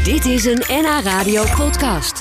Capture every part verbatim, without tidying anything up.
Dit is een N H Radio podcast.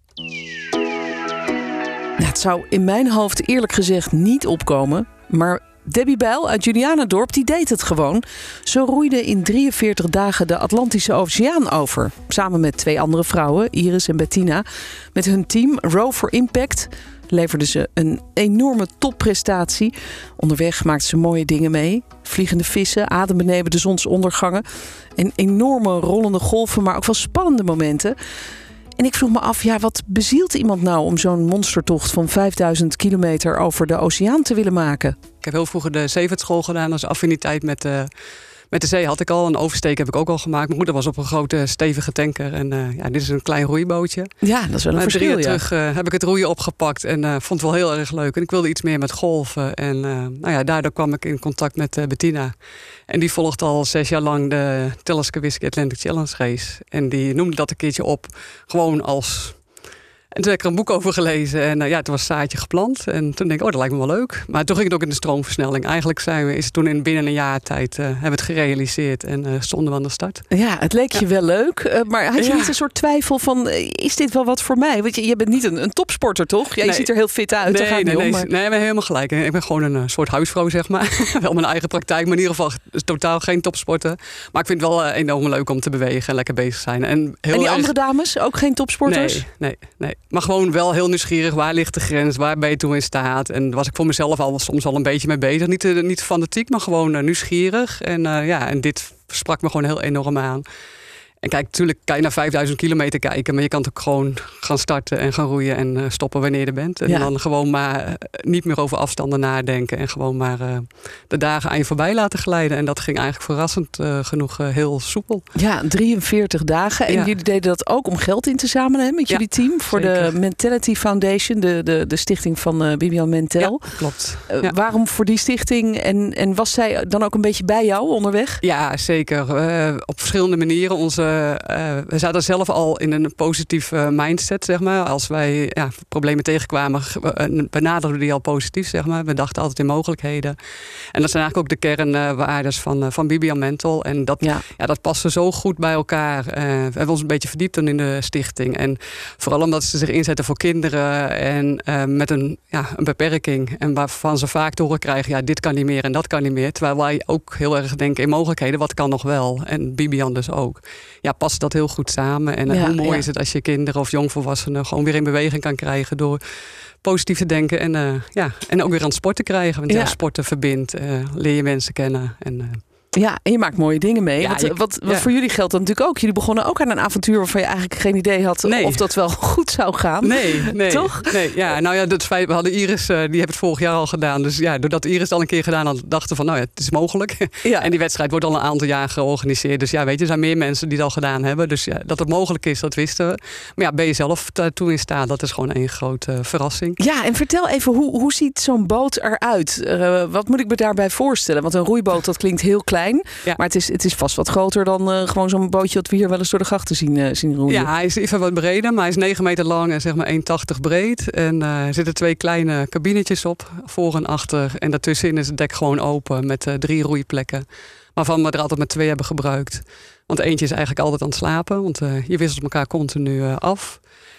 Nou, het zou in mijn hoofd eerlijk gezegd niet opkomen, maar Debbie Bijl uit Julianadorp die deed het gewoon. Ze roeide in drieënveertig dagen de Atlantische Oceaan over. Samen met twee andere vrouwen, Iris en Bettina. Met hun team Row for Impact leverden ze een enorme topprestatie. Onderweg maakten ze mooie dingen mee. Vliegende vissen, adembenemen de zonsondergangen. En enorme rollende golven, maar ook wel spannende momenten. En ik vroeg me af, ja, wat bezielt iemand nou om zo'n monstertocht van vijfduizend kilometer over de oceaan te willen maken? Ik heb heel vroeger de zeevaartschool gedaan als affiniteit met de, met de zee had ik al. Een oversteek heb ik ook al gemaakt. Mijn moeder was op een grote stevige tanker. En uh, ja, dit is een klein roeibootje. Ja, dat is wel een maar verschil, drie jaar ja. terug uh, heb ik het roeien opgepakt. En uh, vond het wel heel erg leuk. En ik wilde iets meer met golven. En uh, nou ja, daardoor kwam ik in contact met uh, Bettina. En die volgt al zes jaar lang de Talisker Whisky Atlantic Challenge Race. En die noemde dat een keertje op. Gewoon als... En toen heb ik er een boek over gelezen en uh, ja, toen was het zaadje geplant. En toen denk ik, oh, dat lijkt me wel leuk. Maar toen ging het ook in de stroomversnelling. Eigenlijk zijn we, is het toen in binnen een jaar tijd uh, hebben we het gerealiseerd en uh, stonden we aan de start. Ja, het leek je ja. wel leuk. Uh, maar had je ja. niet een soort twijfel van, uh, is dit wel wat voor mij? Want je, je bent niet een, een topsporter, toch? Ja, je nee. ziet er heel fit uit. Nee, nee, nee, om, om, maar... nee, ik ben helemaal gelijk. Ik ben gewoon een uh, soort huisvrouw, zeg maar. Wel mijn eigen praktijk, maar in ieder geval totaal geen topsporter. Maar ik vind het wel uh, enorm leuk om te bewegen en lekker bezig zijn. En, heel en die erg... andere dames, ook geen topsporters? Nee, nee, nee. Maar gewoon wel heel nieuwsgierig. Waar ligt de grens? Waar ben je toe in staat? En daar was ik voor mezelf al soms al een beetje mee bezig. Niet, uh, niet fanatiek, maar gewoon uh, nieuwsgierig. En, uh, ja, en dit sprak me gewoon heel enorm aan. En kijk, natuurlijk kan je naar vijfduizend kilometer kijken, maar je kan ook gewoon gaan starten en gaan roeien en uh, stoppen wanneer je er bent. En ja. dan gewoon maar uh, niet meer over afstanden nadenken en gewoon maar uh, de dagen aan je voorbij laten glijden. En dat ging eigenlijk verrassend uh, genoeg uh, heel soepel. Ja, drieënveertig dagen. En ja. jullie deden dat ook om geld in te zamelen, hè, met jullie ja, team voor zeker. de Mentality Foundation, de, de, de stichting van uh, Bibian Mentel. Ja, klopt. Uh, ja. Waarom voor die stichting? En, en was zij dan ook een beetje bij jou onderweg? Ja, zeker. Uh, op verschillende manieren. Onze Uh, we zaten zelf al in een positieve uh, mindset, zeg maar. Als wij ja, problemen tegenkwamen, uh, benaderden we die al positief, zeg maar. We dachten altijd in mogelijkheden. En dat zijn eigenlijk ook de kernwaardes van, uh, van Bibian Mental. En dat, ja. Ja, dat paste zo goed bij elkaar. Uh, we hebben ons een beetje verdiept in de stichting. En vooral omdat ze zich inzetten voor kinderen en uh, met een, ja, een beperking. En waarvan ze vaak te horen krijgen, ja, dit kan niet meer en dat kan niet meer. Terwijl wij ook heel erg denken in mogelijkheden, wat kan nog wel? En Bibian dus ook. Ja, past dat heel goed samen. En ja, hoe mooi ja. is het als je kinderen of jongvolwassenen gewoon weer in beweging kan krijgen door positief te denken en, uh, ja, en ook weer aan het sporten krijgen. Want ja, ja sporten verbindt, uh, leer je mensen kennen. En, uh, Ja, en je maakt mooie dingen mee. Ja, wat je, wat, wat ja. voor jullie geldt dan natuurlijk ook. Jullie begonnen ook aan een avontuur waarvan je eigenlijk geen idee had nee. of dat wel goed zou gaan. Nee, nee. Toch? Nee, ja, nou ja, dat feit, we hadden Iris, uh, die heeft het vorig jaar al gedaan. Dus ja, doordat Iris het al een keer gedaan had, dachten we van, nou ja, het is mogelijk. Ja. En die wedstrijd wordt al een aantal jaar georganiseerd. Dus ja, weet je, er zijn meer mensen die het al gedaan hebben. Dus ja, dat het mogelijk is, dat wisten we. Maar ja, ben je zelf toe in staat, dat is gewoon één grote uh, verrassing. Ja, en vertel even, hoe, hoe ziet zo'n boot eruit? Uh, wat moet ik me daarbij voorstellen? Want een roeiboot, dat klinkt heel klein. Ja. Maar het is, het is vast wat groter dan uh, gewoon zo'n bootje dat we hier wel eens door de grachten zien, uh, zien roeien. Ja, hij is even wat breder, maar hij is negen meter lang en zeg maar één tachtig breed. En uh, er zitten twee kleine kabinetjes op, voor en achter. En daartussenin is het dek gewoon open met uh, drie roeiplekken. Waarvan we er altijd met twee hebben gebruikt. Want eentje is eigenlijk altijd aan het slapen, want uh, je wisselt elkaar continu uh, af.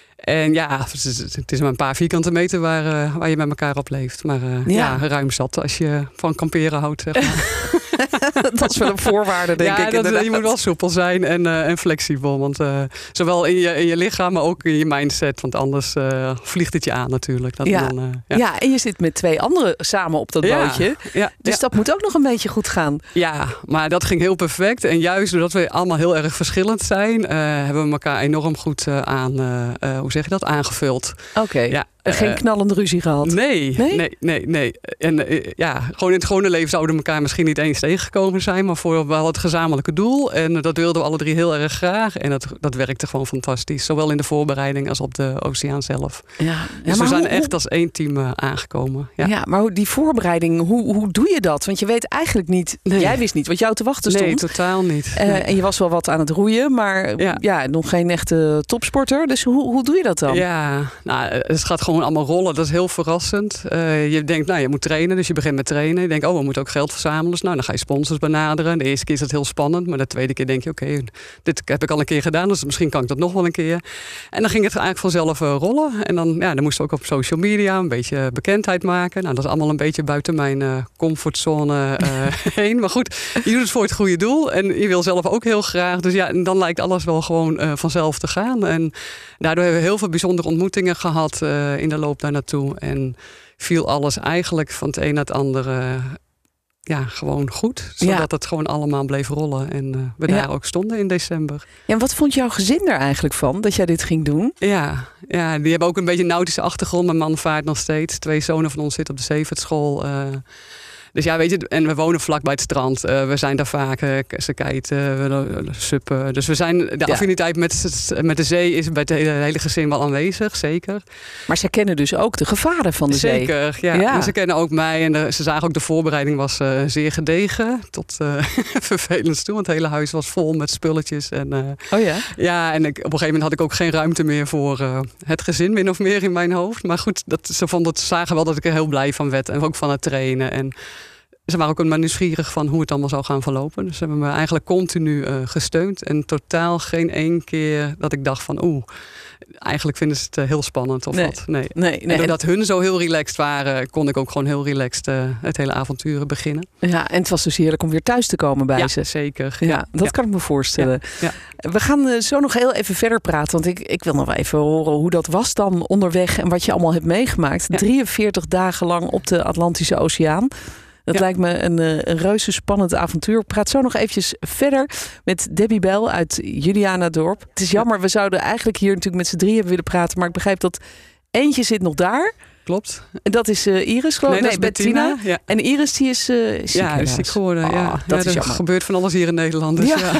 En ja, het is maar een paar vierkante meter waar, uh, waar je met elkaar op leeft. Maar uh, ja. ja, ruim zat als je van kamperen houdt, zeg maar. Dat is wel een voorwaarde, denk ja, ik. Dat, je moet wel soepel zijn en, uh, en flexibel. Want uh, zowel in je, in je lichaam, maar ook in je mindset. Want anders uh, vliegt het je aan natuurlijk. Dat ja. Dan, uh, ja. ja, en je zit met twee anderen samen op dat ja. bootje. Ja. Dus ja. dat moet ook nog een beetje goed gaan. Ja, maar dat ging heel perfect. En juist doordat we allemaal heel erg verschillend zijn, Uh, hebben we elkaar enorm goed uh, aan, uh, uh, hoe zeg je dat, aangevuld. Oké. Okay. Ja. Geen knallende ruzie gehad? Nee, nee, nee, nee. nee. En uh, ja, gewoon in het gewone leven zouden we elkaar misschien niet eens tegengekomen zijn, maar voor wel het gezamenlijke doel. En uh, dat wilden we alle drie heel erg graag. En dat, dat werkte gewoon fantastisch. Zowel in de voorbereiding als op de oceaan zelf. Ja. Ja, dus we zijn hoe, echt als één team uh, aangekomen. Ja. ja, maar die voorbereiding, hoe, hoe doe je dat? Want je weet eigenlijk niet, nee. jij wist niet wat jou te wachten stond. Nee, totaal niet. Uh, nee. En je was wel wat aan het roeien, maar ja, ja nog geen echte topsporter. Dus hoe, hoe doe je dat dan? Ja, nou, het gaat gewoon gewoon allemaal rollen. Dat is heel verrassend. Uh, je denkt, nou, je moet trainen, dus je begint met trainen. Je denkt, oh, we moeten ook geld verzamelen. Dus nou, dan ga je sponsors benaderen. De eerste keer is het heel spannend, maar de tweede keer denk je, oké, okay, dit heb ik al een keer gedaan, dus misschien kan ik dat nog wel een keer. En dan ging het eigenlijk vanzelf uh, rollen. En dan, ja, dan moest ik ook op social media een beetje bekendheid maken. Nou, dat is allemaal een beetje buiten mijn uh, comfortzone uh, heen. Maar goed, je doet het voor het goede doel en je wil zelf ook heel graag. Dus ja, en dan lijkt alles wel gewoon uh, vanzelf te gaan. En daardoor hebben we heel veel bijzondere ontmoetingen gehad uh, in de loop daar naartoe. En viel alles eigenlijk van het een naar het andere ja, gewoon goed. Zodat ja. het gewoon allemaal bleef rollen. En uh, we daar ja. ook stonden in december. Ja, en wat vond jouw gezin er eigenlijk van, dat jij dit ging doen? Ja, ja die hebben ook een beetje een nautische achtergrond. Mijn man vaart nog steeds. Twee zonen van ons zitten op de zeevaartschool. Uh, Dus ja, weet je, en we wonen vlak bij het strand. Uh, we zijn daar vaak, uh, ze kiten, we suppen. Dus we zijn, de ja. affiniteit met, met de zee is bij het hele, hele gezin wel aanwezig, zeker. Maar ze kennen dus ook de gevaren van de zeker, zee. Zeker, ja. ja. En ze kennen ook mij. En de, ze zagen ook de voorbereiding was uh, zeer gedegen. Tot uh, vervelend toe, want het hele huis was vol met spulletjes. En, uh, oh ja? Ja, en ik, op een gegeven moment had ik ook geen ruimte meer voor uh, het gezin, min of meer in mijn hoofd. Maar goed, dat, ze vonden, ze zagen wel dat ik er heel blij van werd. En ook van het trainen. En ze waren ook een nieuwsgierig van hoe het allemaal zou gaan verlopen. Dus ze hebben me eigenlijk continu uh, gesteund. En totaal geen één keer dat ik dacht van oeh, eigenlijk vinden ze het uh, heel spannend of nee. wat. Nee. Nee, nee. En doordat hun zo heel relaxed waren, kon ik ook gewoon heel relaxed uh, het hele avontuur beginnen. Ja, en het was dus heerlijk om weer thuis te komen bij ja, ze. Zeker. Ja, ja, dat ja. kan ik me voorstellen. Ja. Ja. We gaan uh, zo nog heel even verder praten. Want ik, ik wil nog wel even horen hoe dat was dan onderweg en wat je allemaal hebt meegemaakt. Ja. drieënveertig dagen lang op de Atlantische Oceaan. Dat ja. lijkt me een, een reuze spannend avontuur. Ik praat zo nog eventjes verder met Debbie Bijl uit Julianadorp. Het is jammer, we zouden eigenlijk hier natuurlijk met z'n drieën willen praten. Maar ik begrijp dat eentje zit nog daar. Klopt. En dat is uh, Iris, geloof ik. Nee, nee, dat is Bettina. Bettina. Ja. En Iris die is uh, ziek. Ja, is ziek geworden. Oh, ja. Dat ja, is er jammer. gebeurt van alles hier in Nederland. Dus ja. Ja.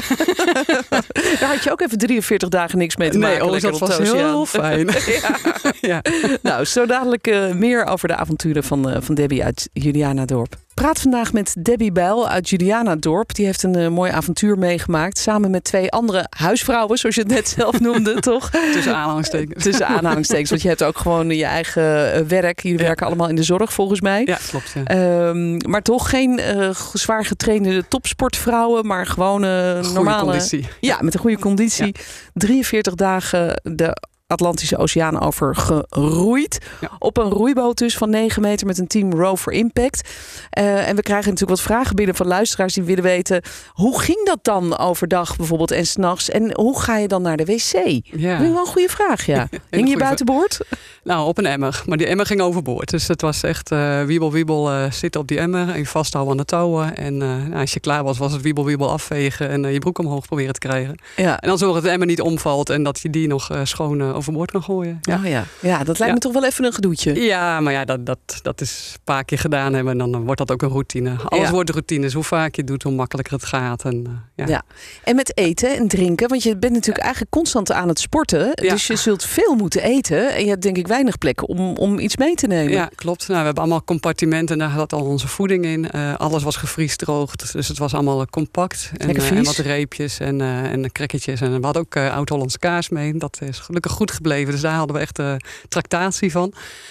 Daar had je ook even drieënveertig dagen niks mee te nee, maken. Nee, dat was heel fijn. ja. Ja. Nou, zo dadelijk uh, meer over de avonturen van, uh, van Debbie uit Julianadorp. Ik praat vandaag met Debbie Bijl uit Julianadorp. Die heeft een uh, mooi avontuur meegemaakt. Samen met twee andere huisvrouwen, zoals je het net zelf noemde, toch? Tussen aanhalingstekens. Tussen aanhalingstekens, want je hebt ook gewoon je eigen uh, werk. Jullie ja. werken allemaal in de zorg, volgens mij. Ja, klopt. Ja. Um, maar toch geen uh, zwaar getrainde topsportvrouwen, maar gewoon uh, normale... conditie. Ja, met een goede conditie. Ja. drieënveertig dagen de Atlantische Oceaan over geroeid. Ja. Op een roeiboot dus van negen meter met een team Row for Impact. Uh, en we krijgen natuurlijk wat vragen binnen van luisteraars die willen weten, hoe ging dat dan overdag bijvoorbeeld en 's nachts? En hoe ga je dan naar de wc? Ja. Dat is wel een goede vraag, ja. Hing je buiten boord? Nou, op een emmer. Maar die emmer ging overboord. Dus het was echt uh, wiebel, wiebel uh, zitten op die emmer en je vasthouden aan de touwen. En uh, nou, als je klaar was, was het wiebel, wiebel afvegen en uh, je broek omhoog proberen te krijgen. Ja. En dan zorgen dat de emmer niet omvalt en dat je die nog uh, schoon uh, overboord kan gooien. Ja, oh ja. ja dat lijkt ja. me toch wel even een gedoetje. Ja, maar ja, dat, dat, dat is een paar keer gedaan hebben en dan, dan wordt dat ook een routine. Alles ja. wordt routine. Dus hoe vaak je het doet, hoe makkelijker het gaat. En, uh, ja. Ja. En met eten en drinken, want je bent natuurlijk ja. eigenlijk constant aan het sporten. Ja. Dus je zult veel moeten eten. En je hebt denk ik weinig plek om, om iets mee te nemen. Ja, klopt. Nou, we hebben allemaal compartimenten en daar zat al onze voeding in. Uh, alles was gevriesdroogd, dus het was allemaal compact. En, uh, en wat reepjes en, uh, en crackertjes. En we hadden ook uh, oud-Hollandse kaas mee. Dat is gelukkig goed gebleven. Dus daar hadden we echt uh, tractatie van.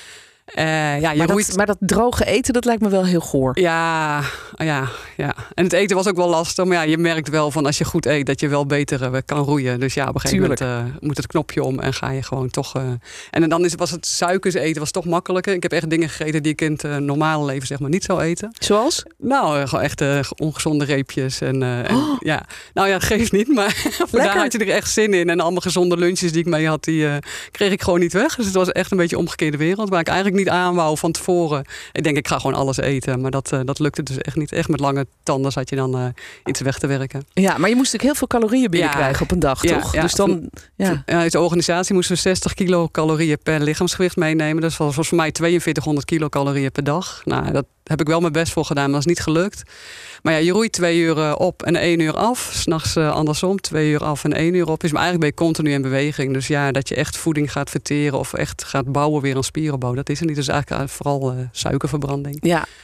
Uh, ja, je maar, roeit... dat, maar dat droge eten, dat lijkt me wel heel goor. Ja, ja, ja. En het eten was ook wel lastig. Maar ja, je merkt wel van als je goed eet dat je wel beter uh, kan roeien. Dus ja, op een gegeven Tuurlijk. moment uh, moet het knopje om en ga je gewoon toch... Uh... En dan is, was het suikers eten was toch makkelijker. Ik heb echt dingen gegeten die ik in het uh, normale leven zeg maar niet zou eten. Zoals? Nou, uh, gewoon echt uh, ongezonde reepjes. En, uh, en, oh. ja. Nou ja, geeft niet. Maar daar had je er echt zin in. En allemaal gezonde lunches die ik mee had, die uh, kreeg ik gewoon niet weg. Dus het was echt een beetje een omgekeerde wereld. Waar ik eigenlijk niet aan wou van tevoren. Ik denk, ik ga gewoon alles eten. Maar dat, uh, dat lukte dus echt niet. Echt met lange tanden zat je dan uh, iets weg te werken. Ja, maar je moest natuurlijk heel veel calorieën binnenkrijgen ja. op een dag, ja, toch? Ja. Dus dan, ja. Uit de organisatie moesten we zestig kilocalorieën per lichaamsgewicht meenemen. Dat was voor mij tweeënveertighonderd kilocalorieën per dag. Nou, dat heb ik wel mijn best voor gedaan, maar dat is niet gelukt. Maar ja, je roeit twee uur op en één uur af. 's Nachts uh, andersom, twee uur af en één uur op. Dus maar eigenlijk ben je continu in beweging. Dus ja, dat je echt voeding gaat verteren of echt gaat bouwen weer aan spieropbouw. Dat is er niet. Dus eigenlijk vooral uh, suikerverbranding. Ja. Ja.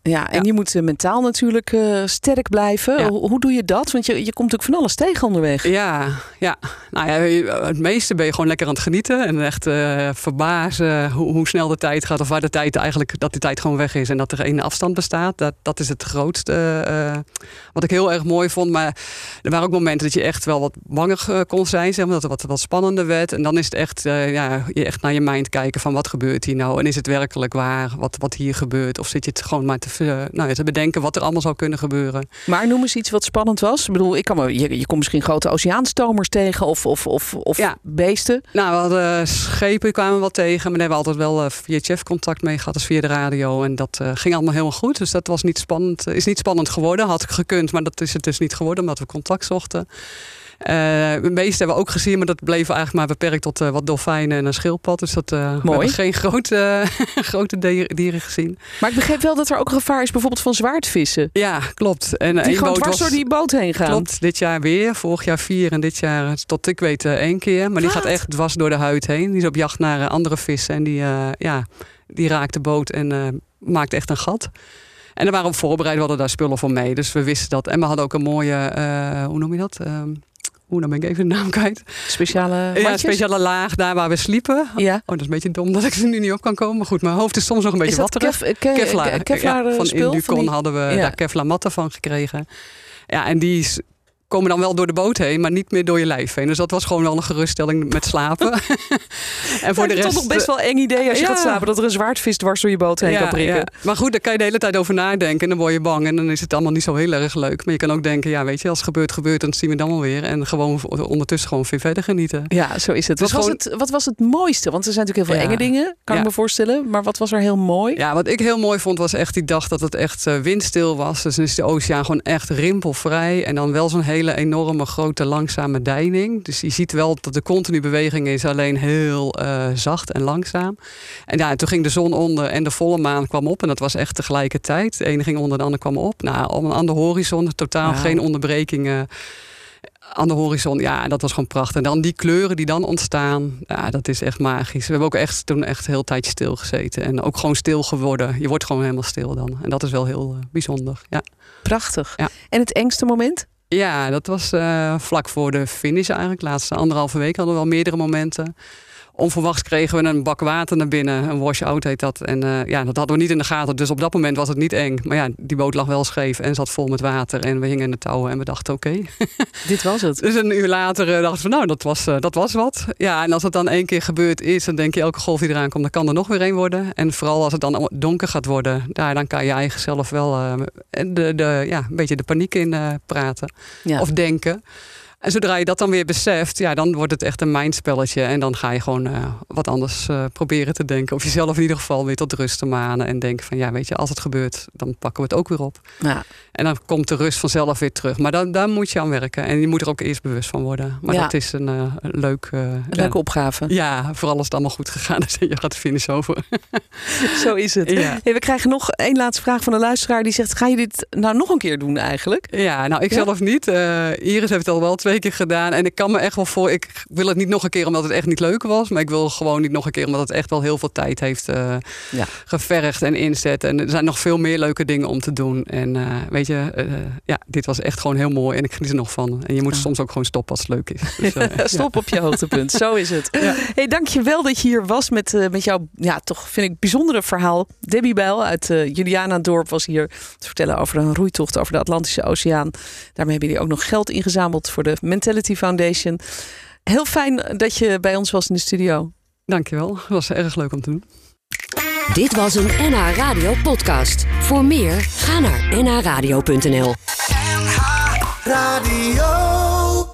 Ja, en ja. je moet uh, mentaal natuurlijk uh, sterk blijven. Ja. Hoe, hoe doe je dat? Want je, je komt natuurlijk van alles tegen onderweg. Ja, ja. Nou ja, het meeste ben je gewoon lekker aan het genieten. En echt uh, verbazen hoe, hoe snel de tijd gaat. Of waar de tijd eigenlijk, dat de tijd gewoon weg is. En dat er één afstand bestaat. Dat, dat is het grootste. Uh, wat ik heel erg mooi vond. Maar er waren ook momenten dat je echt wel wat banger uh, kon zijn. Zeg maar, dat het wat, wat spannender werd. En dan is het echt, uh, ja, je echt naar je mind kijken van wat gebeurt hier nou? En is het werkelijk waar wat, wat hier gebeurt? Of zit je het gewoon maar te, uh, nou, te bedenken wat er allemaal zou kunnen gebeuren? Maar noem eens iets wat spannend was. Ik bedoel, ik kan me, je, je komt misschien grote oceaanstomers tegen of, of, of, of ja. beesten. Nou, we hadden schepen kwamen we wel tegen. Maar daar hebben we altijd wel uh, via chef contact mee gehad. Dus via de radio. En dat uh, ging allemaal helemaal goed. Dus dat was niet spannend. Is niet spannend geworden. Had ik gekund, maar dat is het dus niet geworden. Omdat we contact zochten. Uh, de meeste hebben we ook gezien, maar dat bleef eigenlijk maar beperkt tot uh, wat dolfijnen en een schildpad. Dus dat, uh, we hebben geen grote, uh, grote dieren gezien. Maar ik begreep wel dat er ook een gevaar is bijvoorbeeld van zwaardvissen. Ja, klopt. En die gewoon boot dwars was, door die boot heen gaan. Klopt, dit jaar weer. Vorig jaar vier en dit jaar tot ik weet uh, één keer. Maar die wat? gaat echt dwars door de huid heen. Die is op jacht naar uh, andere vissen en die, uh, ja, die raakt de boot en uh, maakt echt een gat. En daar waren we op voorbereid, we hadden daar spullen voor mee. Dus we wisten dat. En we hadden ook een mooie, uh, hoe noem je dat? Uh, Oeh, dan ben ik even de naam kwijt. Speciale matjes? Ja, speciale laag daar waar we sliepen. Ja. Oh, dat is een beetje dom dat ik er nu niet op kan komen. Maar goed, mijn hoofd is soms nog een beetje watterig. Kef, ke, Kevlar. Kevlar ja, van spul, Inducon van die... hadden we ja. daar Kevlar matten van gekregen. Ja, en die komen dan wel door de boot heen, maar niet meer door je lijf heen. Dus dat was gewoon wel een geruststelling met slapen. En voor ja, de rest... Het is toch nog best wel een eng idee als je ja. gaat slapen, dat er een zwaardvis dwars door je boot heen ja, kan prikken. Ja. Maar goed, daar kan je de hele tijd over nadenken en dan word je bang. En dan is het allemaal niet zo heel erg leuk. Maar je kan ook denken, ja, weet je, als het gebeurt, gebeurt, dan zien we dan wel weer. En gewoon ondertussen gewoon weer verder genieten. Ja, zo is het. Dus wat, gewoon... was het wat was het mooiste? Want er zijn natuurlijk heel veel ja. enge dingen, kan ja. ik me voorstellen. Maar wat was er heel mooi? Ja, wat ik heel mooi vond was echt die dag dat het echt uh, windstil was. Dus dan is de oceaan gewoon echt rimpelvrij. En dan wel zo'n hele enorme grote langzame deining. Dus je ziet wel dat de continu beweging is, alleen heel uh, zacht en langzaam. En ja, toen ging de zon onder en de volle maan kwam op. En dat was echt tegelijkertijd. De ene ging onder, de ander kwam op. Nou, aan de horizon, totaal wow. geen onderbrekingen. Aan de horizon, ja, dat was gewoon prachtig. En dan die kleuren die dan ontstaan, ja, dat is echt magisch. We hebben ook echt toen echt heel tijdje stil gezeten. En ook gewoon stil geworden. Je wordt gewoon helemaal stil dan. En dat is wel heel uh, bijzonder, ja. Prachtig. Ja. En het engste moment? Ja, dat was uh, vlak voor de finish eigenlijk. De laatste anderhalve week hadden we wel meerdere momenten. Onverwachts kregen we een bak water naar binnen. Een wash-out heet dat. En uh, ja, dat hadden we niet in de gaten. Dus op dat moment was het niet eng. Maar ja, die boot lag wel scheef en zat vol met water. En we hingen in de touwen en we dachten, oké. Okay. Dit was het. Dus een uur later uh, dachten we, nou, dat was, uh, dat was wat. Ja, en als het dan één keer gebeurd is, dan denk je, elke golf die eraan komt, dan kan er nog weer één worden. En vooral als het dan donker gaat worden, daar, dan kan je eigen zelf wel uh, de, de, ja, een beetje de paniek in uh, praten. Ja. Of denken. En zodra je dat dan weer beseft, ja, dan wordt het echt een mindspelletje. En dan ga je gewoon uh, wat anders uh, proberen te denken. Of jezelf in ieder geval weer tot rust te manen. En denken van, ja, weet je, als het gebeurt, dan pakken we het ook weer op. Ja. En dan komt de rust vanzelf weer terug. Maar dan, daar moet je aan werken. En je moet er ook eerst bewust van worden. Maar ja. dat is een, uh, een leuk... Uh, een leuke ja, opgave. Ja, vooral als het allemaal goed gegaan is. Je gaat de finish over. Zo is het. Ja. Hey, we krijgen nog één laatste vraag van een luisteraar. Die zegt, ga je dit nou nog een keer doen eigenlijk? Ja, nou, ik ja? zelf niet. Uh, Iris heeft het al wel twee keer gedaan. En ik kan me echt wel voor... Ik wil het niet nog een keer omdat het echt niet leuk was. Maar ik wil gewoon niet nog een keer omdat het echt wel heel veel tijd heeft uh, ja. gevergd en inzet. En er zijn nog veel meer leuke dingen om te doen. En uh, weet je, uh, ja, dit was echt gewoon heel mooi. En ik geniet er nog van. En je moet ja. soms ook gewoon stoppen als het leuk is. Dus, uh, Stop ja. op je hoogtepunt. Zo is het. Ja. Hey, dank je wel dat je hier was met, uh, met jouw, ja, toch vind ik bijzondere verhaal. Debbie Bijl uit uh, Julianadorp was hier te vertellen over een roeitocht over de Atlantische Oceaan. Daarmee hebben jullie ook nog geld ingezameld voor de Mentality Foundation. Heel fijn dat je bij ons was in de studio. Dankjewel. Het was erg leuk om te doen. Dit was een N H Radio podcast. Voor meer, ga naar n h radio punt n l. N H Radio.